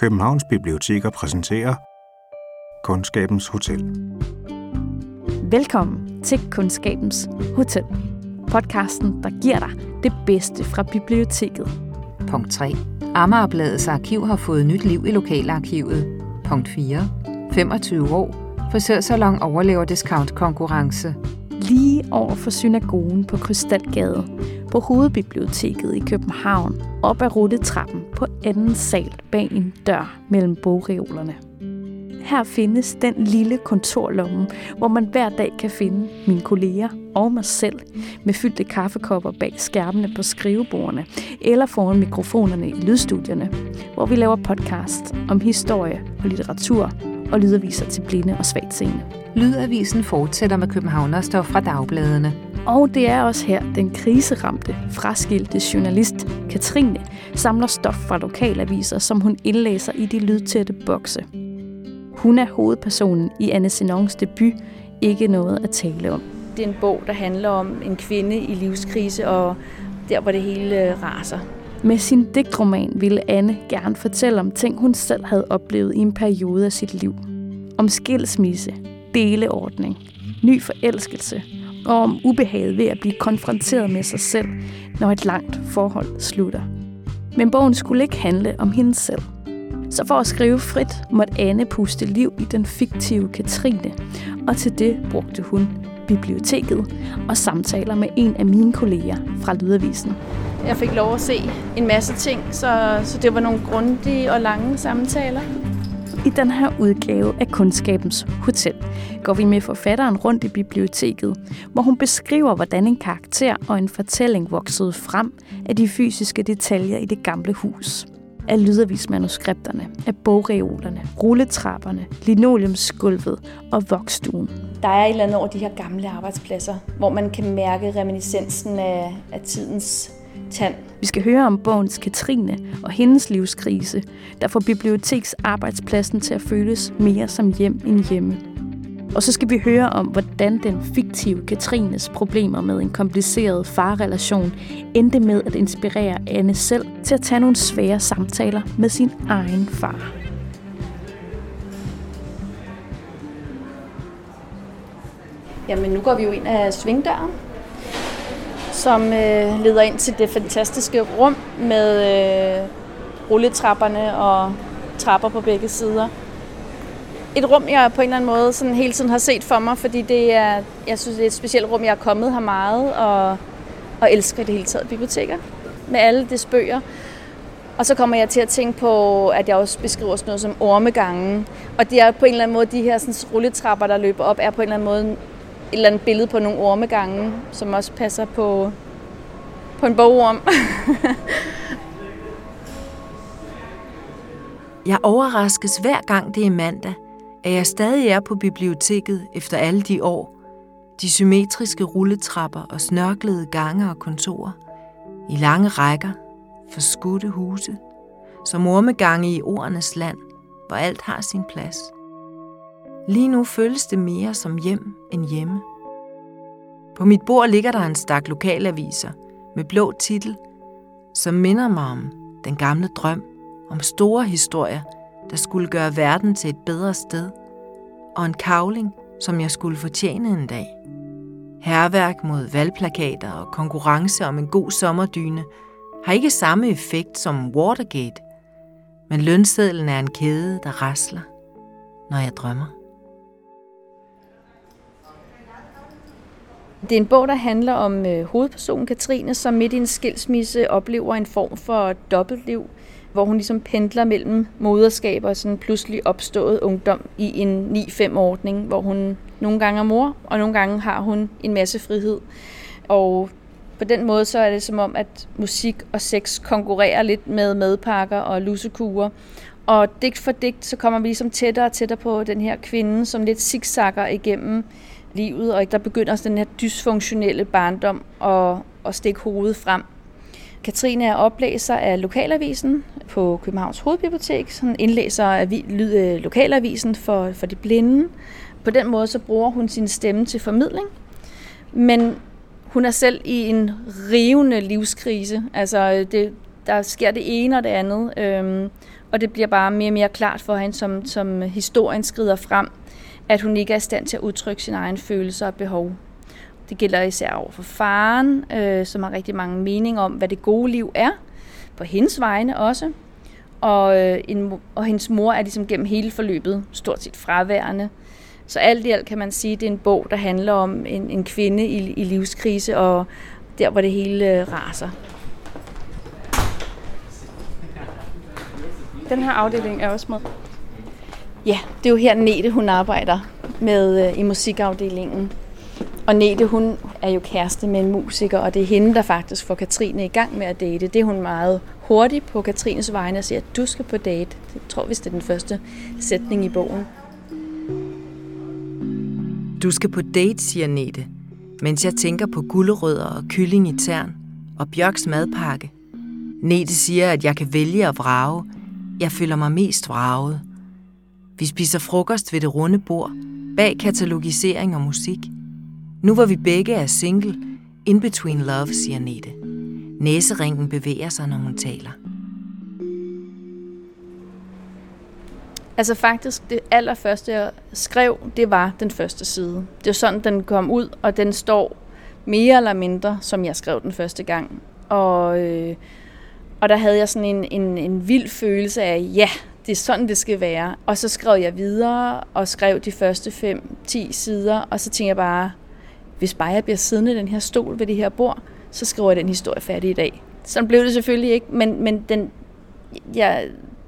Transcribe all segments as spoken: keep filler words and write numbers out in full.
Københavns Biblioteker præsenterer Kundskabens Hotel. Velkommen til Kundskabens Hotel. Podcasten, der giver dig det bedste fra biblioteket. Punkt tre. Amagerbladets arkiv har fået nyt liv i lokalarkivet. Punkt fire. femogtyve år. Frisørsalon overlever discount-konkurrence. Lige over for synagogen på Krystalgade, på Hovedbiblioteket i København, op ad rulletrappen på anden sal bag en dør mellem bogreolerne. Her findes den lille kontorlomme, hvor man hver dag kan finde mine kolleger og mig selv med fyldte kaffekopper bag skærmene på skrivebordene eller foran mikrofonerne i lydstudierne, hvor vi laver podcast om historie og litteratur og lydaviser til blinde og svagtseende. Lydavisen fortsætter med københavnerstof fra dagbladene. Og det er også her, den kriseramte, fraskilte journalist Katrine samler stof fra lokalaviser, som hun indlæser i de lydtætte bokse. Hun er hovedpersonen i Anne Sinons debut, Ikke noget at tale om. Det er en bog, der handler om en kvinde i livskrise, og der, hvor det hele raser. Med sin digtroman ville Anne gerne fortælle om ting, hun selv havde oplevet i en periode af sit liv. Om skilsmisse, deleordning, ny forelskelse, og om ubehaget ved at blive konfronteret med sig selv, når et langt forhold slutter. Men bogen skulle ikke handle om hende selv. Så for at skrive frit, måtte Anne puste liv i den fiktive Katrine, og til det brugte hun biblioteket og samtaler med en af mine kolleger fra Lydavisen. Jeg fik lov at se en masse ting, så, så det var nogle grundige og lange samtaler. I den her udgave af Kundskabens Hotel går vi med forfatteren rundt i biblioteket, hvor hun beskriver, hvordan en karakter og en fortælling voksede frem af de fysiske detaljer i det gamle hus. Af lydavismanuskripterne, af bogreolerne, rulletrapperne, linoleumsgulvet og voksstuen. Der er et eller andet over de her gamle arbejdspladser, hvor man kan mærke reminiscensen af, af tidens tand. Vi skal høre om bogens Katrine og hendes livskrise, der får biblioteksarbejdspladsen til at føles mere som hjem end hjemme. Og så skal vi høre om, hvordan den fiktive Katrines problemer med en kompliceret farrelation endte med at inspirere Anne selv til at tage nogle svære samtaler med sin egen far. Jamen, nu går vi jo ind af svingdøren, som øh, leder ind til det fantastiske rum med øh, rulletrapperne og trapper på begge sider. Et rum, jeg på en eller anden måde sådan hele tiden har set for mig, fordi det er, jeg synes, det er et specielt rum, jeg er kommet her meget og, og elsker det hele taget biblioteker med alle det bøger. Og så kommer jeg til at tænke på, at jeg også beskriver sådan noget som ormegangen. Og det er på en eller anden måde, de her sådan, rulletrapper, der løber op, er på en eller anden måde et eller andet billede på nogle ormegange, som også passer på, på en bogorm. Jeg overraskes hver gang det er mandag, at jeg stadig er på biblioteket efter alle de år. De symmetriske rulletrapper og snørklede gange og kontorer. I lange rækker, forskudte huse, som ormegange i ordenes land, hvor alt har sin plads. Lige nu føles det mere som hjem end hjemme. På mit bord ligger der en stak lokalaviser med blå titel, som minder mig om den gamle drøm om store historier, der skulle gøre verden til et bedre sted, og en kavling, som jeg skulle fortjene en dag. Hærværk mod valgplakater og konkurrence om en god sommerdyne har ikke samme effekt som Watergate, men lønsedlen er en kæde, der rasler, når jeg drømmer. Det er en bog, der handler om øh, hovedpersonen Katrine, som midt i en skilsmisse oplever en form for dobbeltliv, hvor hun ligesom pendler mellem moderskab og sådan pludselig opstået ungdom i en ni fem ordning, hvor hun nogle gange er mor, og nogle gange har hun en masse frihed. Og på den måde så er det som om, at musik og sex konkurrerer lidt med madpakker og lussekurer. Og digt for digt, så kommer vi ligesom tættere og tættere på den her kvinde, som lidt zigzagger igennem livet, og der begynder også den her dysfunktionelle barndom at, at stikke hovedet frem. Katrine er oplæser af Lokalavisen på Københavns Hovedbibliotek. Hun indlæser af Lokalavisen for, for de blinde. På den måde så bruger hun sin stemme til formidling. Men hun er selv i en rivende livskrise. Altså det, der sker det ene og det andet, øhm, og det bliver bare mere og mere klart for hende, som, som historien skrider frem, at hun ikke er i stand til at udtrykke sine egne følelser og behov. Det gælder især over for faren, øh, som har rigtig mange meninger om, hvad det gode liv er, på hendes vegne også. Og, øh, en, og hendes mor er ligesom gennem hele forløbet stort set fraværende. Så alt i alt kan man sige, at det er en bog, der handler om en, en kvinde i, i livskrise, og der, hvor det hele øh, raser. Den her afdeling er også med. Ja, det er jo her Nete, hun arbejder med øh, i musikafdelingen. Og Nete, hun er jo kæreste med en musiker, og det er hende, der faktisk får Katrine i gang med at date. Det er hun meget hurtigt på Katrines vegne og siger, at du skal på date. Det tror vi, det er den første sætning i bogen. Du skal på date, siger Nete, mens jeg tænker på gulerødder og kylling i tern og Bjørks madpakke. Nete siger, at jeg kan vælge at vrage. Jeg føler mig mest vraget. Vi spiser frokost ved det runde bord, bag katalogisering og musik. Nu hvor vi begge er single, in between love, siger Nete. Næseringen bevæger sig, når hun taler. Altså faktisk, det allerførste, jeg skrev, det var den første side. Det var sådan, den kom ud, og den står mere eller mindre, som jeg skrev den første gang. Og, øh, og der havde jeg sådan en, en, en vild følelse af, ja, det er sådan, det skal være. Og så skrev jeg videre, og skrev de første fem, ti sider, og så tænkte jeg bare, hvis bare jeg bliver siddende i den her stol ved det her bord, så skriver jeg den historie færdig i dag. Sådan blev det selvfølgelig ikke, men, men den, jeg,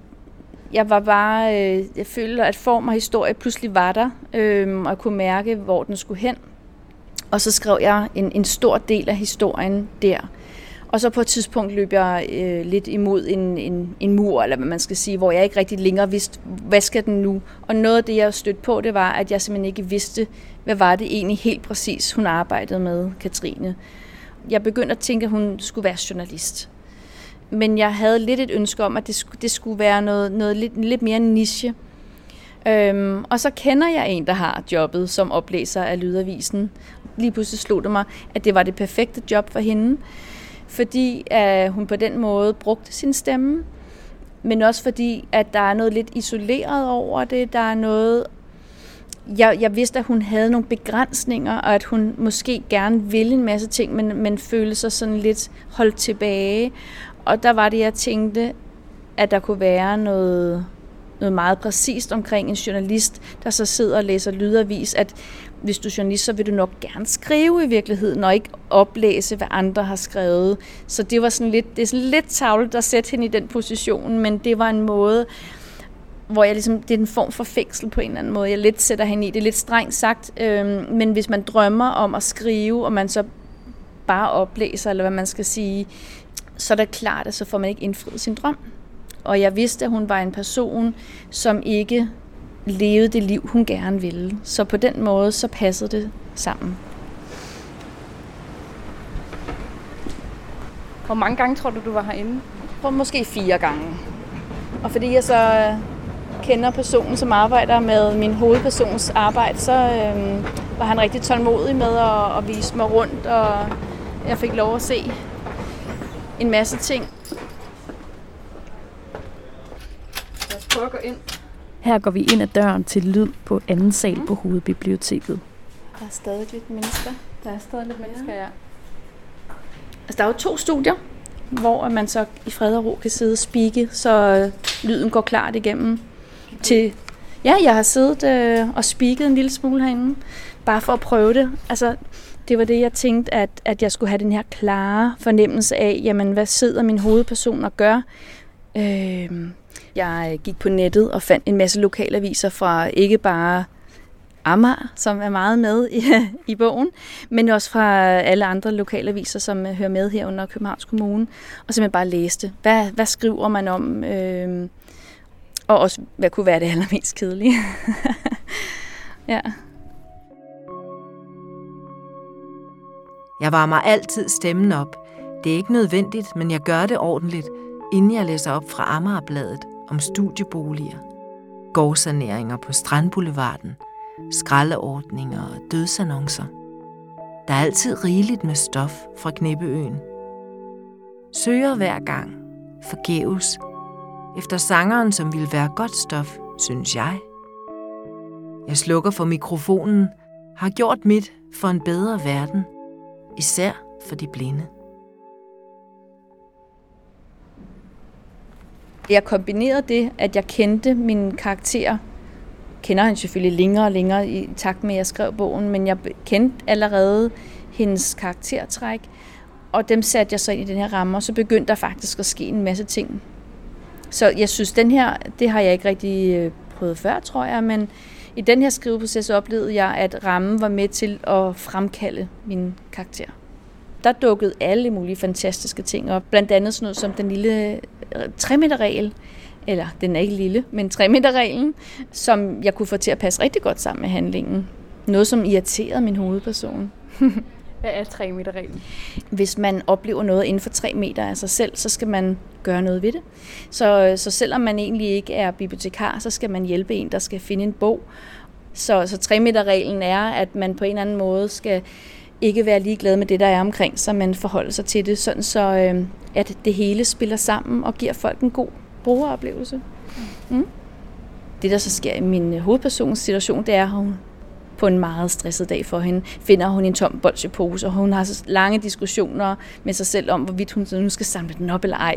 jeg var bare, øh, jeg følte, at form og historie pludselig var der, øh, og jeg kunne mærke, hvor den skulle hen. Og så skrev jeg en, en stor del af historien der. Og så på et tidspunkt løb jeg øh, lidt imod en, en, en mur, eller hvad man skal sige, hvor jeg ikke rigtig længere vidste, hvad skal den nu? Og noget af det, jeg stødte på, det var, at jeg simpelthen ikke vidste, hvad var det egentlig helt præcis, hun arbejdede med, Katrine. Jeg begyndte at tænke, at hun skulle være journalist. Men jeg havde lidt et ønske om, at det skulle, det skulle være noget, noget lidt, lidt mere niche. Øhm, og så kender jeg en, der har jobbet som oplæser af Lydavisen. Lige pludselig slog det mig, at det var det perfekte job for hende. Fordi at hun på den måde brugte sin stemme, men også fordi, at der er noget lidt isoleret over det. Der er noget, jeg, jeg vidste, at hun havde nogle begrænsninger, og at hun måske gerne ville en masse ting, men, men følte sig sådan lidt holdt tilbage. Og der var det, jeg tænkte, at der kunne være noget, noget meget præcist omkring en journalist, der så sidder og læser lydavis, at hvis du er journalist, så vil du nok gerne skrive i virkeligheden, og ikke oplæse, hvad andre har skrevet. Så det var sådan lidt, det er sådan lidt tavlet at sætte hende i den position, men det var en måde, hvor jeg ligesom, det er en form for fængsel på en eller anden måde. Jeg lidt sætter hende i, det er lidt strengt sagt, øhm, men hvis man drømmer om at skrive, og man så bare oplæser, eller hvad man skal sige, så er det klart, at så får man ikke indfriet sin drøm. Og jeg vidste, at hun var en person, som ikke levede det liv, hun gerne ville. Så på den måde, så passede det sammen. Hvor mange gange tror du, du var herinde? For måske fire gange. Og fordi jeg så kender personen, som arbejder med min hovedpersons arbejde, så øhm, var han rigtig tålmodig med at, at vise mig rundt, og jeg fik lov at se en masse ting. Lad os prøve at gå ind. Her går vi ind ad døren til lyd på anden sal på Hovedbiblioteket. Der er stadig lidt mennesker. Der er stadig lidt mennesker, ja. Altså, der er jo to studier, hvor man så i fred og ro kan sidde og spikke, så lyden går klart igennem. Til ja, jeg har siddet øh, og spikket en lille smule herinde, bare for at prøve det. Altså, det var det, jeg tænkte, at, at jeg skulle have den her klare fornemmelse af, jamen, hvad sidder min hovedperson og gør? Øh, jeg gik på nettet og fandt en masse lokalaviser fra ikke bare Amager, som er meget med i, i bogen, men også fra alle andre lokalaviser, som hører med her under Københavns Kommune, og simpelthen bare læste, hvad, hvad skriver man om, øh, og også, hvad kunne være det allermest kedelige. Ja. Jeg varmer altid stemmen op. Det er ikke nødvendigt, men jeg gør det ordentligt, inden jeg læser op fra Amagerbladet om studieboliger, gårdsaneringer på Strandboulevarden, skraldeordninger og dødsannoncer. Der er altid rigeligt med stof fra Knippeøen. Søger hver gang, forgæves. Efter sangeren, som ville være godt stof, synes jeg. Jeg slukker for mikrofonen, har gjort mit for en bedre verden, især for de blinde. Jeg kombinerede det, at jeg kendte mine karakterer. Kender han selvfølgelig længere og længere i takt med, at jeg skrev bogen, men jeg kendte allerede hendes karaktertræk, og dem satte jeg så ind i den her ramme, og så begyndte der faktisk at ske en masse ting. Så jeg synes, den her, det har jeg ikke rigtig prøvet før, tror jeg, men i den her skriveproces oplevede jeg, at rammen var med til at fremkalde min karakter. Der dukkede alle mulige fantastiske ting op, blandt andet sådan noget som den lille tre-meter-regel, eller den er ikke lille, men tre-meter-reglen, som jeg kunne få til at passe rigtig godt sammen med handlingen. Noget, som irriterede min hovedperson. Hvad er tre-meter-reglen? Hvis man oplever noget inden for tre meter af sig selv, så skal man gøre noget ved det. Så, så selvom man egentlig ikke er bibliotekar, så skal man hjælpe en, der skal finde en bog. Så, så tre-meter-reglen er, at man på en eller anden måde skal ikke være ligeglad med det, der er omkring, så man forholder sig til det, sådan så øh, at det hele spiller sammen og giver folk en god brugeroplevelse. Mm. Det, der så sker i min hovedpersons situation, det er, at hun på en meget stresset dag for hende, finder hun en tom bolsjepose, og hun har så lange diskussioner med sig selv om, hvorvidt hun nu skal samle den op eller ej.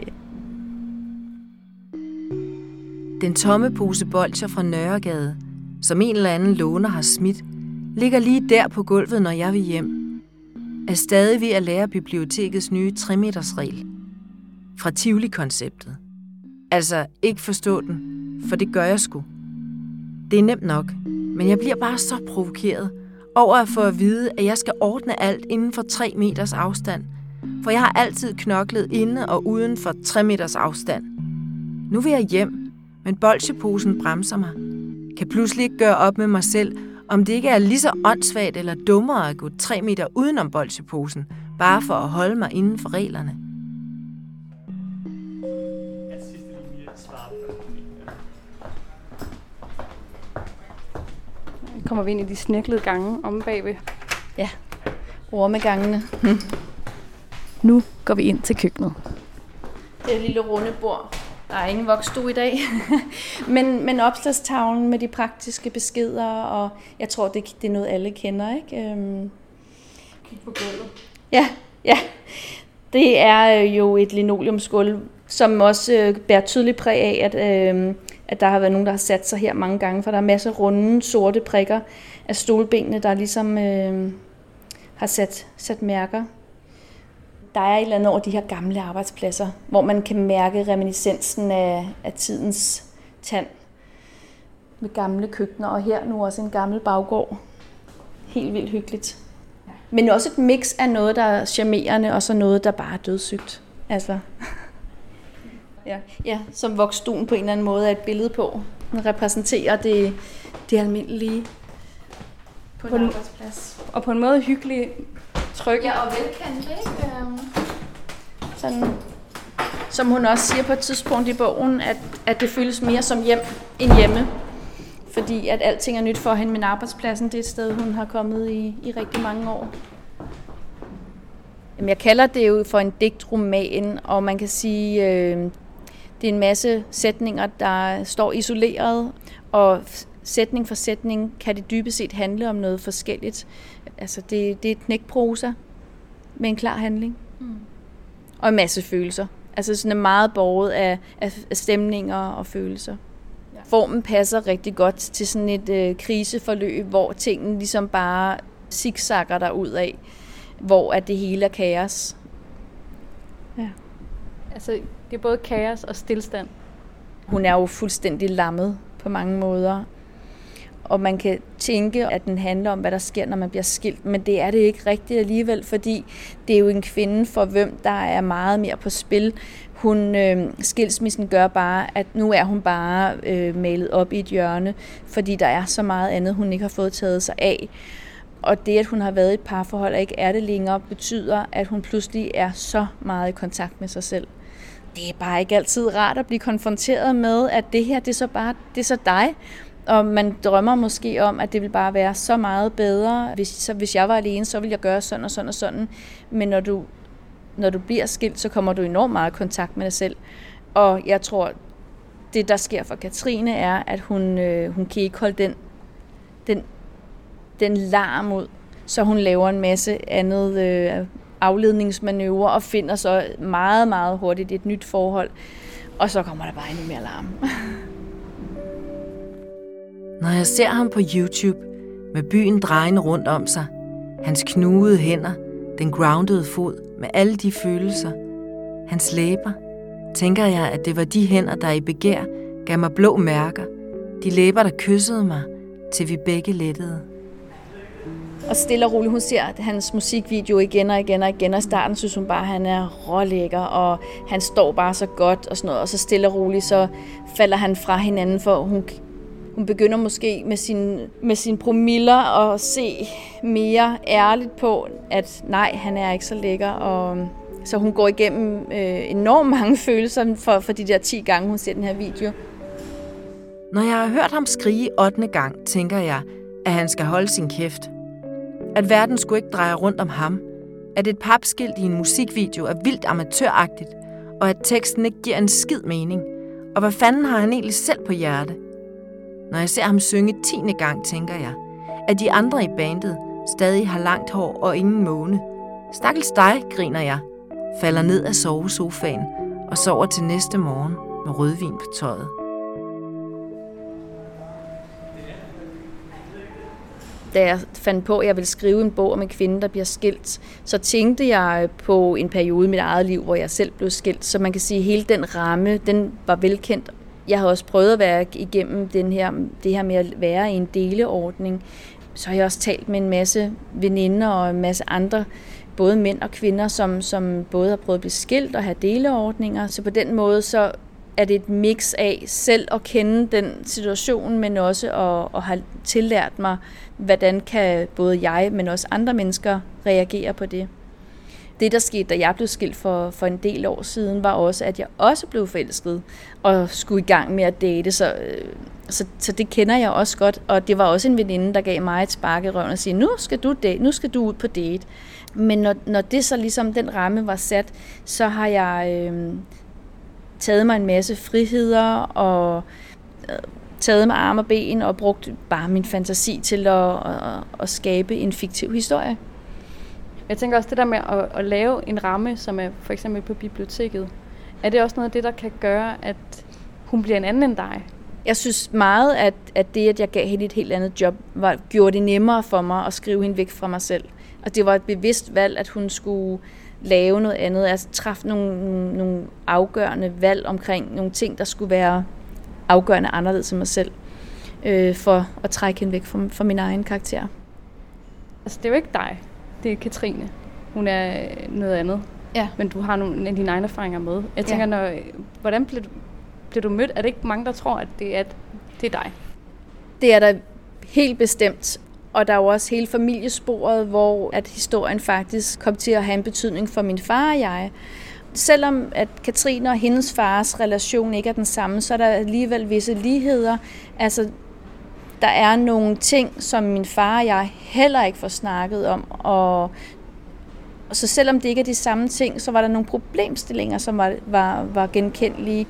Den tomme pose bolsjer fra Nørregade, som en eller anden låner har smidt, ligger lige der på gulvet, når jeg vil hjem. Er stadig ved at lære bibliotekets nye tre-meters-regel. Fra Tivoli-konceptet. Altså ikke forstå den, for det gør jeg sgu. Det er nemt nok, men jeg bliver bare så provokeret over at få at vide, at jeg skal ordne alt inden for tre meters afstand. For jeg har altid knoklet inde og uden for tre meters afstand. Nu vil jeg hjem, men bolsjeposen bremser mig. Kan pludselig ikke gøre op med mig selv, om det ikke er lige så åndssvagt eller dummere at gå tre meter udenom bolsjeposen, bare for at holde mig inden for reglerne. Kommer vi ind i de snirklede gange om bagved? Ja, ormegangene. Nu går vi ind til køkkenet. Det er et lille runde bord. Der er ingen voksstue i dag. men, men opslagstavlen med de praktiske beskeder, og jeg tror, det, det er noget, alle kender, ikke? Øhm. Kig på gulvet. Ja, ja. Det er jo et linoleumsgulv, som også bærer tydeligt præg af, at, øh, at der har været nogen, der har sat sig her mange gange, for der er masser af runde, sorte prikker af stolbenene, der ligesom øh, har sat, sat mærker. Der er et eller andet over de her gamle arbejdspladser, hvor man kan mærke reminiscensen af, af tidens tand med gamle køkkener, og her nu også en gammel baggård. Helt vildt hyggeligt. Men også et mix af noget, der er charmerende, og så noget, der bare er dødssygt. Altså. ja. ja, som voksstuen på en eller anden måde er et billede på. Den repræsenterer det, det almindelige på, på en arbejdsplads. Og på en måde hyggelig, tryg. Ja, og velkendt, ikke? Sådan, som hun også siger på et tidspunkt i bogen, at, at det føles mere som hjem end hjemme. Fordi at alting er nyt for hende, men arbejdspladsen det er et sted, hun har kommet i, i rigtig mange år. Jamen, jeg kalder det jo for en digtroman, og man kan sige, øh, det er en masse sætninger, der står isoleret, og sætning for sætning kan det dybest set handle om noget forskelligt. Altså, det, det er et knækprosa med en klar handling. Mm. Og en masse følelser. Altså sådan meget båret af, af stemninger og følelser. Ja. Formen passer rigtig godt til sådan et øh, kriseforløb, hvor tingene ligesom bare zigzagger der ud af, hvor at det hele er kaos. Ja. Altså, det er både kaos og stillstand. Hun er jo fuldstændig lammet på mange måder. Og man kan tænke, at den handler om, hvad der sker, når man bliver skilt, men det er det ikke rigtigt alligevel, fordi det er jo en kvinde, for hvem der er meget mere på spil. Hun, øh, skilsmissen gør bare, at nu er hun bare øh, malet op i et hjørne, fordi der er så meget andet, hun ikke har fået taget sig af. Og det, at hun har været i et parforhold og ikke er det længere, betyder, at hun pludselig er så meget i kontakt med sig selv. Det er bare ikke altid rart at blive konfronteret med, at det her, det er så bare, det er så dig. Og man drømmer måske om, at det vil bare være så meget bedre. Hvis, så, hvis jeg var alene, så ville jeg gøre sådan og sådan og sådan. Men når du, når du bliver skilt, så kommer du enormt meget i kontakt med dig selv. Og jeg tror, det der sker for Katrine er, at hun, øh, hun kan ikke holde den, den, den larm ud, så hun laver en masse andet øh, afledningsmanøvrer og finder så meget, meget hurtigt et nyt forhold. Og så kommer der bare endnu mere larm. Når jeg ser ham på YouTube med byen drejende rundt om sig, hans knugede hænder, den groundede fod med alle de følelser, hans læber, tænker jeg, at det var de hænder, der i begær gav mig blå mærker, de læber, der kyssede mig, til vi begge lettede. Og stille og roligt, hun ser hans musikvideo igen og igen og igen, og i starten synes hun bare, at han er rålækker, og han står bare så godt og sådan noget, og så stille og roligt, så falder han fra hinanden, for hun, hun begynder måske med sin, med sin promiller at se mere ærligt på, at nej, han er ikke så lækker, og så hun går igennem øh, enormt mange følelser for, for de der ti gange, hun ser den her video. Når jeg har hørt ham skrige ottende gang, tænker jeg, at han skal holde sin kæft. At verden skulle ikke dreje rundt om ham. At et papskilt i en musikvideo er vildt amatøragtigt, og at teksten ikke giver en skid mening. Og hvad fanden har han egentlig selv på hjerte? Når jeg ser ham synge tiende gang, tænker jeg, at de andre i bandet stadig har langt hår og ingen måne. Stakkels dig, griner jeg, falder ned af sovesofaen og sover til næste morgen med rødvin på tøjet. Da jeg fandt på, at jeg ville skrive en bog om en kvinde, der bliver skilt, så tænkte jeg på en periode i mit eget liv, hvor jeg selv blev skilt. Så man kan sige, at hele den ramme, den var velkendt. Jeg har også prøvet at være igennem den her, det her med at være i en deleordning. Så har jeg også talt med en masse veninder og en masse andre, både mænd og kvinder, som, som både har prøvet at blive skilt og have deleordninger. Så på den måde så er det et mix af selv at kende den situation, men også at, at have tillært mig, hvordan kan både jeg, men også andre mennesker reagere på det. Det, der skete, da jeg blev skilt for, for en del år siden, var også, at jeg også blev forelsket og skulle i gang med at date. Så, så, så det kender jeg også godt, og det var også en veninde, der gav mig et spark i røven og sige, nu skal du date, nu skal du ud på date. Men når, når det så ligesom den ramme var sat, så har jeg øh, taget mig en masse friheder og øh, taget med arme og ben og brugt bare min fantasi til at, at, at skabe en fiktiv historie. Jeg tænker også det der med at, at lave en ramme, som er for eksempel på biblioteket. Er det også noget af det, der kan gøre, at hun bliver en anden end dig? Jeg synes meget, at, at det, at jeg gav hende et helt andet job, var, gjorde det nemmere for mig at skrive hende væk fra mig selv. Og det var et bevidst valg, at hun skulle lave noget andet, altså træffe nogle, nogle, nogle afgørende valg omkring nogle ting, der skulle være afgørende anderledes end mig selv, øh, for at trække hende væk fra, fra min egen karakter. Altså, det er jo ikke dig. Det er Katrine. Hun er noget andet. Ja. Men du har nogle af dine egne erfaringer med. Jeg tænker, ja. når, hvordan bliver du, bliver du mødt? Er det ikke mange, der tror, at det er, det er dig? Det er der helt bestemt. Og der er jo også hele familiesporet, hvor at historien faktisk kom til at have en betydning for min far og jeg. Selvom at Katrine og hendes fars relation ikke er den samme, så er der alligevel visse ligheder. Altså, der er nogle ting, som min far og jeg heller ikke får snakket om. Og, og så selvom det ikke er de samme ting, så var der nogle problemstillinger, som var, var, var genkendelige.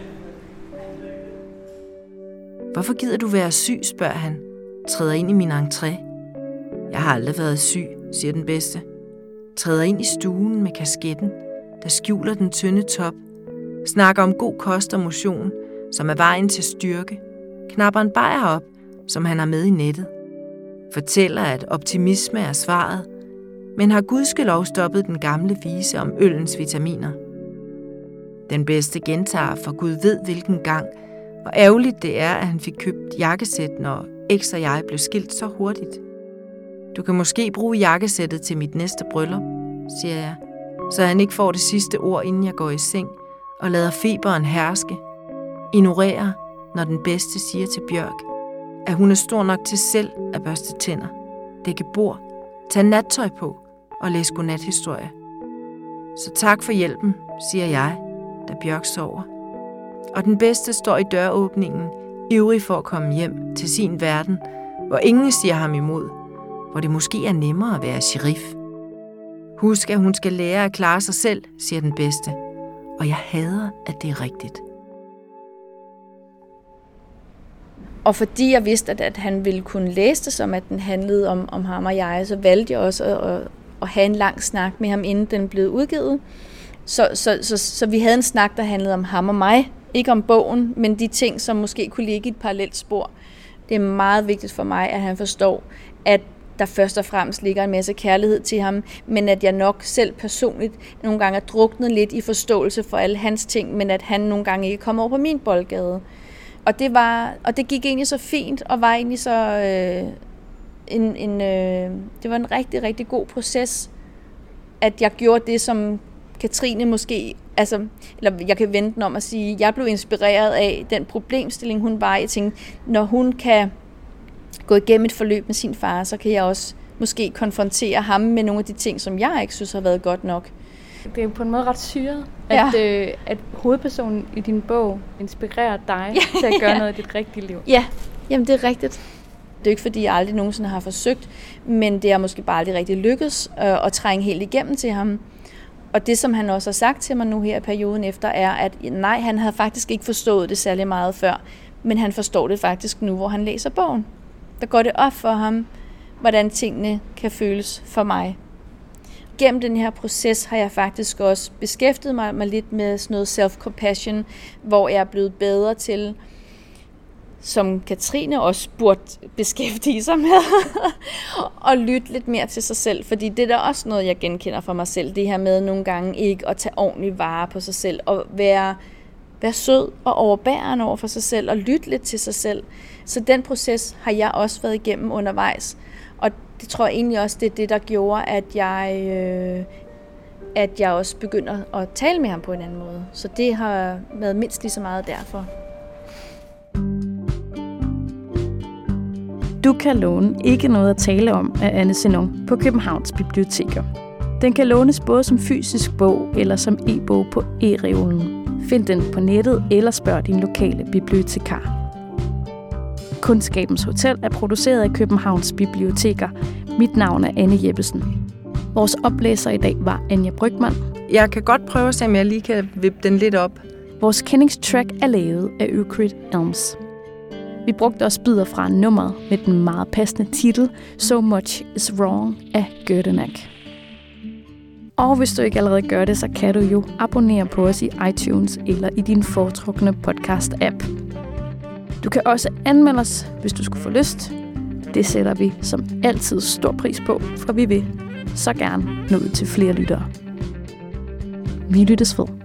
Hvorfor gider du være syg, spørger han. Træder ind i min entré. Jeg har aldrig været syg, siger den bedste. Træder ind i stuen med kasketten, der skjuler den tynde top. Snakker om god kost og motion, som er vejen til styrke. Knapper en bajer op, som han har med i nettet. Fortæller, at optimisme er svaret, men har gudskelov stoppet den gamle vise om øllens vitaminer. Den bedste gentager for Gud ved hvilken gang, hvor ærgerligt det er, at han fik købt jakkesæt, når X og jeg blev skilt så hurtigt. Du kan måske bruge jakkesættet til mit næste bryllup, siger jeg, så han ikke får det sidste ord, inden jeg går i seng, og lader feberen herske. Ignorerer, når den bedste siger til Bjørk, at hun er stor nok til selv at børste tænder, dække bord, tage nattøj på og læse godnathistorie. Så tak for hjælpen, siger jeg, da Bjørk sover. Og den bedste står i døråbningen, ivrig for at komme hjem til sin verden, hvor ingen siger ham imod, hvor det måske er nemmere at være sheriff. Husk, at hun skal lære at klare sig selv, siger den bedste, og jeg hader, at det er rigtigt. Og fordi jeg vidste, at, at han ville kunne læse det, som at den handlede om, om ham og jeg, så valgte jeg også at, at, at have en lang snak med ham, inden den blev udgivet. Så, så, så, så vi havde en snak, der handlede om ham og mig. Ikke om bogen, men de ting, som måske kunne ligge i et parallelt spor. Det er meget vigtigt for mig, at han forstår, at der først og fremmest ligger en masse kærlighed til ham, men at jeg nok selv personligt nogle gange er druknet lidt i forståelse for alle hans ting, men at han nogle gange ikke kommer over på min boldgade. Og det, var, og det gik egentlig så fint, og var egentlig så øh, en, en, øh, det var en rigtig, rigtig god proces, at jeg gjorde det, som Katrine måske, altså, eller jeg kan vente den om at sige, jeg blev inspireret af den problemstilling, hun var i. Jeg tænkte, når hun kan gå igennem et forløb med sin far, så kan jeg også måske konfrontere ham med nogle af de ting, som jeg ikke synes har været godt nok. Det er jo på en måde ret syret, at, ja. øh, at hovedpersonen i din bog inspirerer dig ja, til at gøre ja. noget i dit rigtige liv. Ja, jamen det er rigtigt. Det er ikke, fordi jeg aldrig nogensinde har forsøgt, men det er måske bare aldrig rigtig lykkedes øh, at trænge helt igennem til ham. Og det, som han også har sagt til mig nu her i perioden efter, er, at nej, han havde faktisk ikke forstået det særlig meget før, men han forstår det faktisk nu, hvor han læser bogen. Der går det op for ham, hvordan tingene kan føles for mig. Gennem den her proces har jeg faktisk også beskæftiget mig, mig lidt med sådan noget self-compassion, hvor jeg er blevet bedre til, som Katrine også burde beskæftige sig med, og lytte lidt mere til sig selv. Fordi det er da også noget, jeg genkender for mig selv, det her med nogle gange ikke at tage ordentlig vare på sig selv, og være, være sød og overbærende over for sig selv, og lytte lidt til sig selv. Så den proces har jeg også været igennem undervejs. Og det tror jeg egentlig også, det er det, der gjorde, at jeg, øh, at jeg også begynder at tale med ham på en anden måde. Så det har været mindst lige så meget derfor. Du kan låne Ikke noget at tale om af Anne Sinon på Københavns Biblioteker. Den kan lånes både som fysisk bog eller som e-bog på e-reolen. Find den på nettet eller spørg din lokale bibliotekar. Kundskabens Hotel er produceret af Københavns Biblioteker. Mit navn er Anne Jeppesen. Vores oplæser i dag var Anja Brygmann. Jeg kan godt prøve at se, om jeg lige kan vippe den lidt op. Vores kendingstrack er lavet af Euclid Elms. Vi brugte også bidder fra nummeret med den meget passende titel So Much Is Wrong af Gørdenak. Og hvis du ikke allerede gør det, så kan du jo abonnere på os i iTunes eller i din foretrukne podcast-app. Du kan også anmelde os, hvis du skulle få lyst. Det sætter vi som altid stor pris på, for vi vil så gerne nå ud til flere lyttere. Vi lyttes ved.